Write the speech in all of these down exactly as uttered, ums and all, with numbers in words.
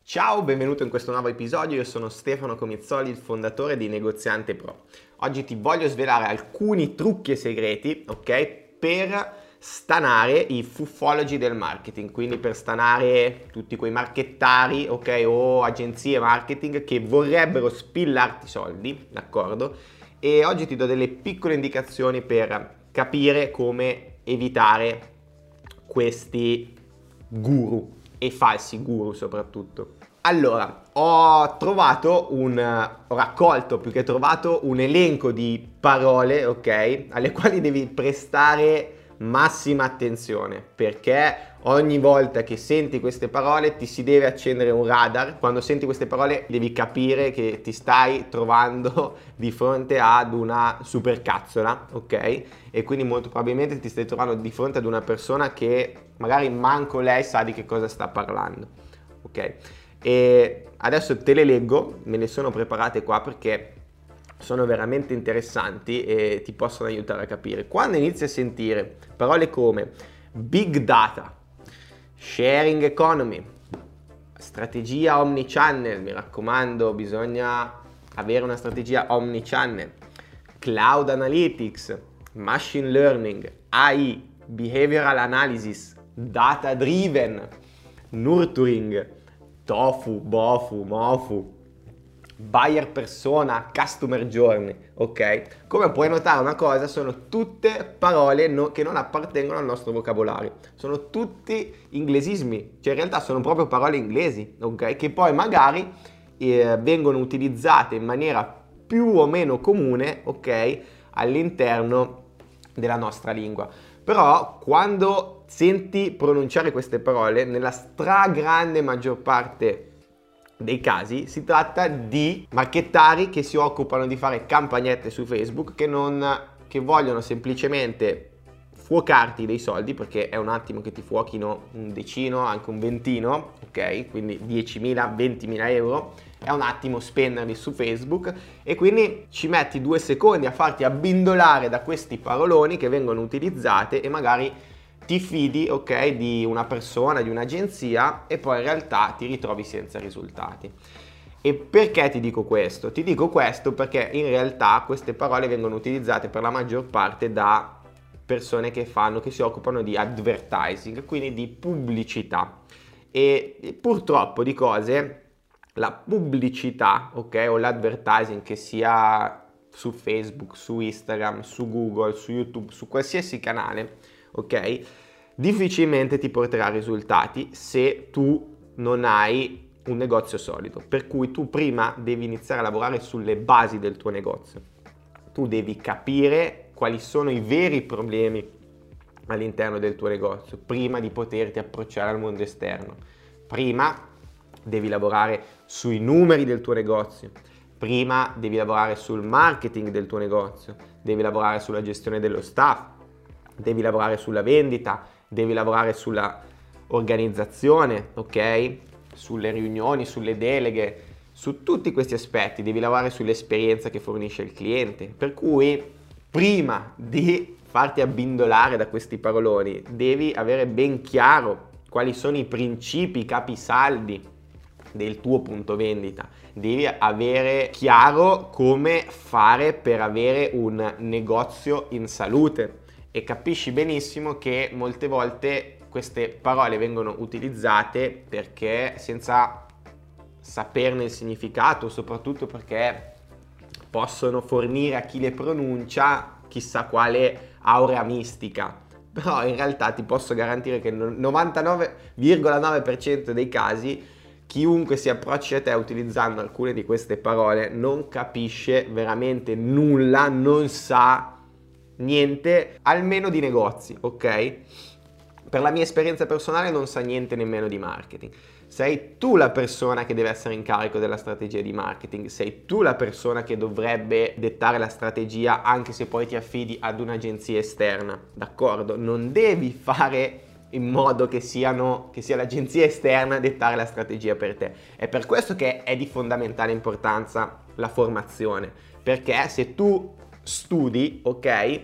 Ciao, benvenuto in questo nuovo episodio, io sono Stefano Comizzoli, il fondatore di Negoziante Pro. Oggi ti voglio svelare alcuni trucchi e segreti, ok, per stanare i fuffologi del marketing, quindi per stanare tutti quei marchettari, ok, o agenzie marketing che vorrebbero spillarti soldi, d'accordo? E oggi ti do delle piccole indicazioni per capire come evitare questi guru e falsi guru soprattutto. Allora, ho trovato un, ho raccolto più che trovato un elenco di parole, ok, alle quali devi prestare massima attenzione, perché ogni volta che senti queste parole ti si deve accendere un radar. Quando senti queste parole devi capire che ti stai trovando di fronte ad una supercazzola, ok? E quindi molto probabilmente ti stai trovando di fronte ad una persona che magari manco lei sa di che cosa sta parlando, ok? E adesso te le leggo, me le sono preparate qua perché sono veramente interessanti e ti possono aiutare a capire. Quando inizi a sentire parole come big data, sharing economy, strategia omnichannel, mi raccomando, bisogna avere una strategia omnichannel, cloud analytics, machine learning, A I, behavioral analysis, data driven, nurturing, tofu, bofu, mofu, buyer persona, customer journey, ok? Come puoi notare una cosa, sono tutte parole no, che non appartengono al nostro vocabolario, sono tutti inglesismi, cioè in realtà sono proprio parole inglesi, ok? Che poi magari eh, vengono utilizzate in maniera più o meno comune, ok? All'interno della nostra lingua. Però quando senti pronunciare queste parole, nella stragrande maggior parte dei casi si tratta di marchettari che si occupano di fare campagnette su Facebook che, non, che vogliono semplicemente fuocarti dei soldi, perché è un attimo che ti fuochino un decino, anche un ventino, ok? Quindi diecimila, ventimila euro, è un attimo spenderli su Facebook e quindi ci metti due secondi a farti abbindolare da questi paroloni che vengono utilizzate e magari ti fidi, ok, di una persona, di un'agenzia e poi in realtà ti ritrovi senza risultati. E perché ti dico questo? Ti dico questo perché in realtà queste parole vengono utilizzate per la maggior parte da persone che fanno, che si occupano di advertising, quindi di pubblicità. E purtroppo di cose, la pubblicità, ok, o l'advertising, che sia su Facebook, su Instagram, su Google, su YouTube, su qualsiasi canale, ok, difficilmente ti porterà risultati se tu non hai un negozio solido. Per cui tu prima devi iniziare a lavorare sulle basi del tuo negozio. Tu devi capire quali sono i veri problemi all'interno del tuo negozio prima di poterti approcciare al mondo esterno. Prima devi lavorare sui numeri del tuo negozio, prima devi lavorare sul marketing del tuo negozio, devi lavorare sulla gestione dello staff, devi lavorare sulla vendita, devi lavorare sulla organizzazione, ok? Sulle riunioni, sulle deleghe, su tutti questi aspetti, devi lavorare sull'esperienza che fornisce il cliente. Per cui prima di farti abbindolare da questi paroloni, devi avere ben chiaro quali sono i principi, i capisaldi del tuo punto vendita. Devi avere chiaro come fare per avere un negozio in salute e capisci benissimo che molte volte queste parole vengono utilizzate perché senza saperne il significato, soprattutto perché possono fornire a chi le pronuncia chissà quale aurea mistica. Però in realtà ti posso garantire che nel novantanove virgola nove per cento dei casi chiunque si approcci a te utilizzando alcune di queste parole non capisce veramente nulla, non sa niente, almeno di negozi, ok? Per la mia esperienza personale non sa niente nemmeno di marketing. Sei tu la persona che deve essere in carico della strategia di marketing, sei tu la persona che dovrebbe dettare la strategia anche se poi ti affidi ad un'agenzia esterna, d'accordo? Non devi fare in modo che, siano, che sia l'agenzia esterna a dettare la strategia per te. È per questo che è di fondamentale importanza la formazione, perché se tu studi, ok,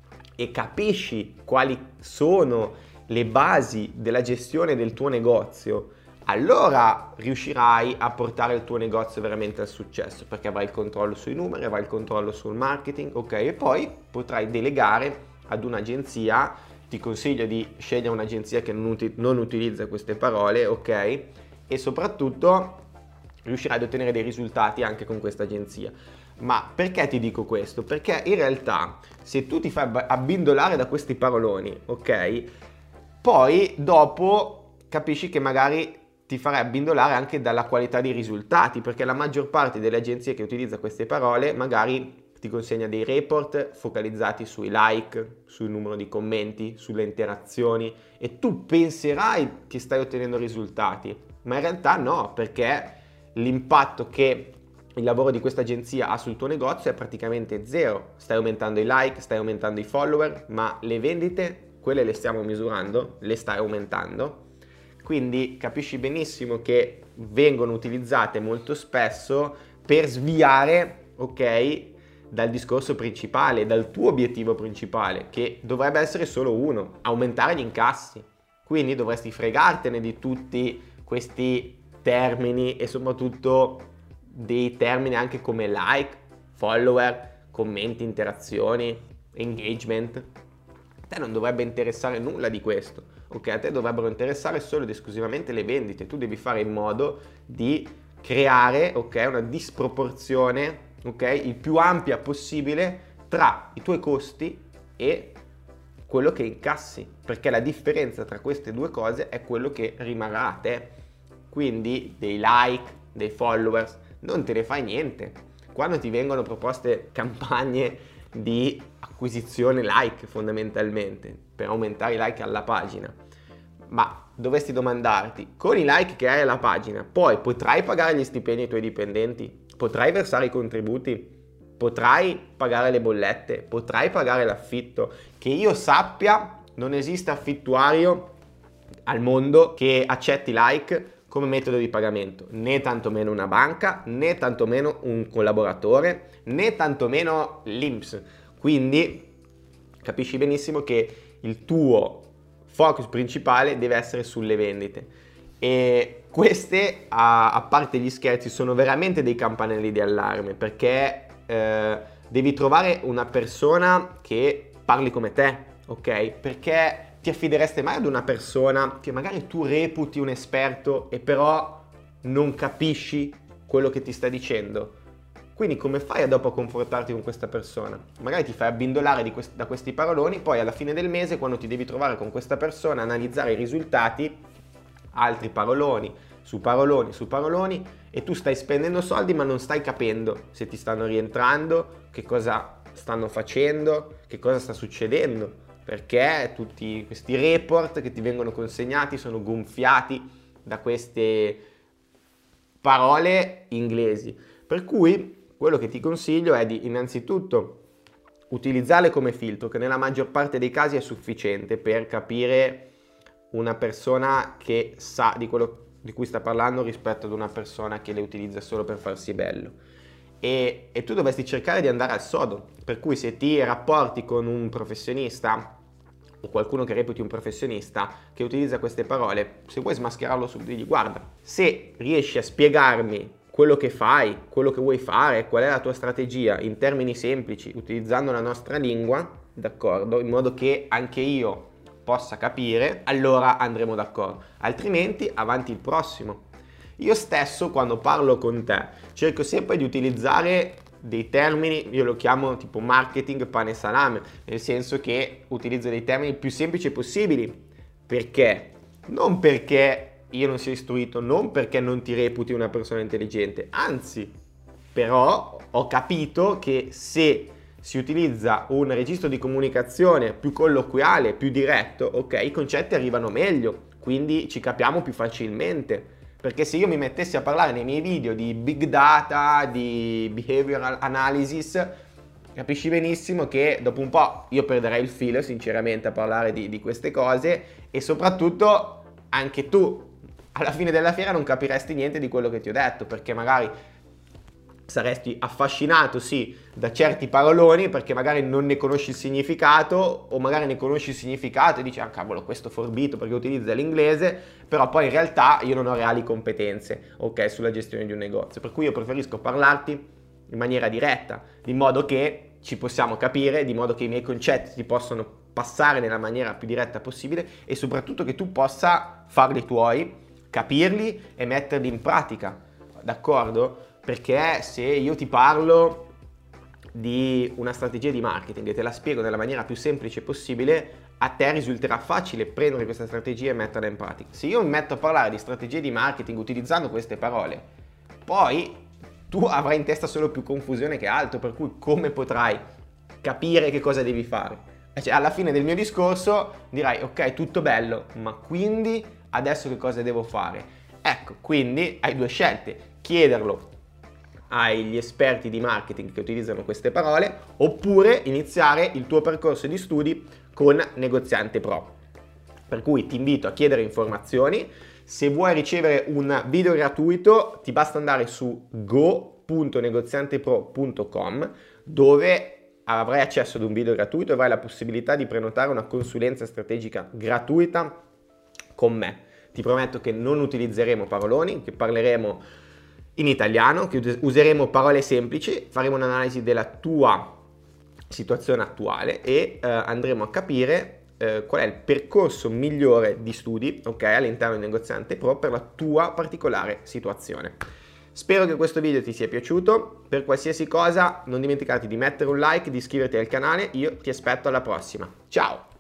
e capisci quali sono le basi della gestione del tuo negozio, allora riuscirai a portare il tuo negozio veramente al successo, perché avrai il controllo sui numeri, avrai il controllo sul marketing, ok? E poi potrai delegare ad un'agenzia. Ti consiglio di scegliere un'agenzia che non, uti- non utilizza queste parole, ok? E soprattutto riuscirai ad ottenere dei risultati anche con questa agenzia. Ma perché ti dico questo? Perché in realtà se tu ti fai abbindolare da questi paroloni, ok? Poi dopo capisci che magari ti farai abbindolare anche dalla qualità dei risultati, perché la maggior parte delle agenzie che utilizza queste parole magari ti consegna dei report focalizzati sui like, sul numero di commenti, sulle interazioni, e tu penserai che stai ottenendo risultati, ma in realtà no, perché l'impatto che il lavoro di questa agenzia ha sul tuo negozio è praticamente zero. Stai aumentando i like, stai aumentando i follower, ma le vendite, quelle le stiamo misurando, le stai aumentando. Quindi capisci benissimo che vengono utilizzate molto spesso per sviare, ok, dal discorso principale, dal tuo obiettivo principale, che dovrebbe essere solo uno: aumentare gli incassi. Quindi dovresti fregartene di tutti questi termini, e soprattutto dei termini anche come like, follower, commenti, interazioni, engagement. A te non dovrebbe interessare nulla di questo, ok? A te dovrebbero interessare solo ed esclusivamente le vendite. Tu devi fare in modo di creare, ok, una disproporzione, ok, il più ampia possibile tra i tuoi costi e quello che incassi, perché la differenza tra queste due cose è quello che rimarrà a te. Quindi dei like, dei followers, non te ne fai niente. Quando ti vengono proposte campagne di acquisizione like, fondamentalmente per aumentare i like alla pagina, ma dovresti domandarti: con i like che hai alla pagina poi potrai pagare gli stipendi ai tuoi dipendenti? Potrai versare i contributi? Potrai pagare le bollette? Potrai pagare l'affitto? Che io sappia non esiste affittuario al mondo che accetti like come metodo di pagamento, né tantomeno una banca, né tantomeno un collaboratore, né tantomeno l'I N P S. Quindi capisci benissimo che il tuo focus principale deve essere sulle vendite, e queste, a, a parte gli scherzi, sono veramente dei campanelli di allarme, perché eh, devi trovare una persona che parli come te, ok? Perché ti affidereste mai ad una persona che magari tu reputi un esperto e però non capisci quello che ti sta dicendo? Quindi come fai a dopo a confortarti con questa persona? Magari ti fai abbindolare di quest- da questi paroloni, poi alla fine del mese, quando ti devi trovare con questa persona, analizzare i risultati, altri paroloni su paroloni su paroloni, e tu stai spendendo soldi ma non stai capendo se ti stanno rientrando, che cosa stanno facendo, che cosa sta succedendo, perché tutti questi report che ti vengono consegnati sono gonfiati da queste parole inglesi. Per cui quello che ti consiglio è di innanzitutto utilizzarle come filtro, che nella maggior parte dei casi è sufficiente per capire una persona che sa di quello di cui sta parlando rispetto ad una persona che le utilizza solo per farsi bello. E, e tu dovresti cercare di andare al sodo, per cui se ti rapporti con un professionista o qualcuno che reputi un professionista che utilizza queste parole, se vuoi smascherarlo subito, digli: guarda, se riesci a spiegarmi quello che fai, quello che vuoi fare, qual è la tua strategia in termini semplici, utilizzando la nostra lingua, d'accordo, in modo che anche io possa capire, allora andremo d'accordo, altrimenti avanti il prossimo. Io stesso, quando parlo con te, cerco sempre di utilizzare dei termini, io lo chiamo tipo marketing pane e salame, nel senso che utilizzo dei termini più semplici possibili. Perché? Non perché io non sia istruito, non perché non ti reputi una persona intelligente, anzi, però ho capito che se si utilizza un registro di comunicazione più colloquiale, più diretto, ok, i concetti arrivano meglio, quindi ci capiamo più facilmente. Perché se io mi mettessi a parlare nei miei video di big data, di behavioral analysis, capisci benissimo che dopo un po' io perderei il filo, sinceramente, a parlare di, di queste cose, e soprattutto anche tu alla fine della fiera non capiresti niente di quello che ti ho detto, perché magari saresti affascinato, sì, da certi paroloni perché magari non ne conosci il significato, o magari ne conosci il significato e dici ah cavolo, questo forbito perché utilizza l'inglese, però poi in realtà io non ho reali competenze, ok, sulla gestione di un negozio, per cui io preferisco parlarti in maniera diretta, in modo che ci possiamo capire, di modo che i miei concetti ti possono passare nella maniera più diretta possibile e soprattutto che tu possa farli tuoi, capirli e metterli in pratica, d'accordo? Perché se io ti parlo di una strategia di marketing e te la spiego nella maniera più semplice possibile, a te risulterà facile prendere questa strategia e metterla in pratica. Se io mi metto a parlare di strategie di marketing utilizzando queste parole, poi tu avrai in testa solo più confusione che altro, per cui come potrai capire che cosa devi fare? Cioè, alla fine del mio discorso dirai ok, tutto bello, ma quindi adesso che cosa devo fare? Ecco, quindi hai due scelte: chiederlo agli esperti di marketing che utilizzano queste parole, oppure iniziare il tuo percorso di studi con Negoziante Pro. Per cui ti invito a chiedere informazioni. Se vuoi ricevere un video gratuito ti basta andare su go punto negoziantepro punto com, dove avrai accesso ad un video gratuito e avrai la possibilità di prenotare una consulenza strategica gratuita con me. Ti prometto che non utilizzeremo paroloni, che parleremo in italiano, che useremo parole semplici, faremo un'analisi della tua situazione attuale e eh, andremo a capire eh, qual è il percorso migliore di studi, ok, all'interno di Negoziante Pro per la tua particolare situazione. Spero che questo video ti sia piaciuto. Per qualsiasi cosa non dimenticarti di mettere un like, di iscriverti al canale. Io ti aspetto alla prossima. Ciao!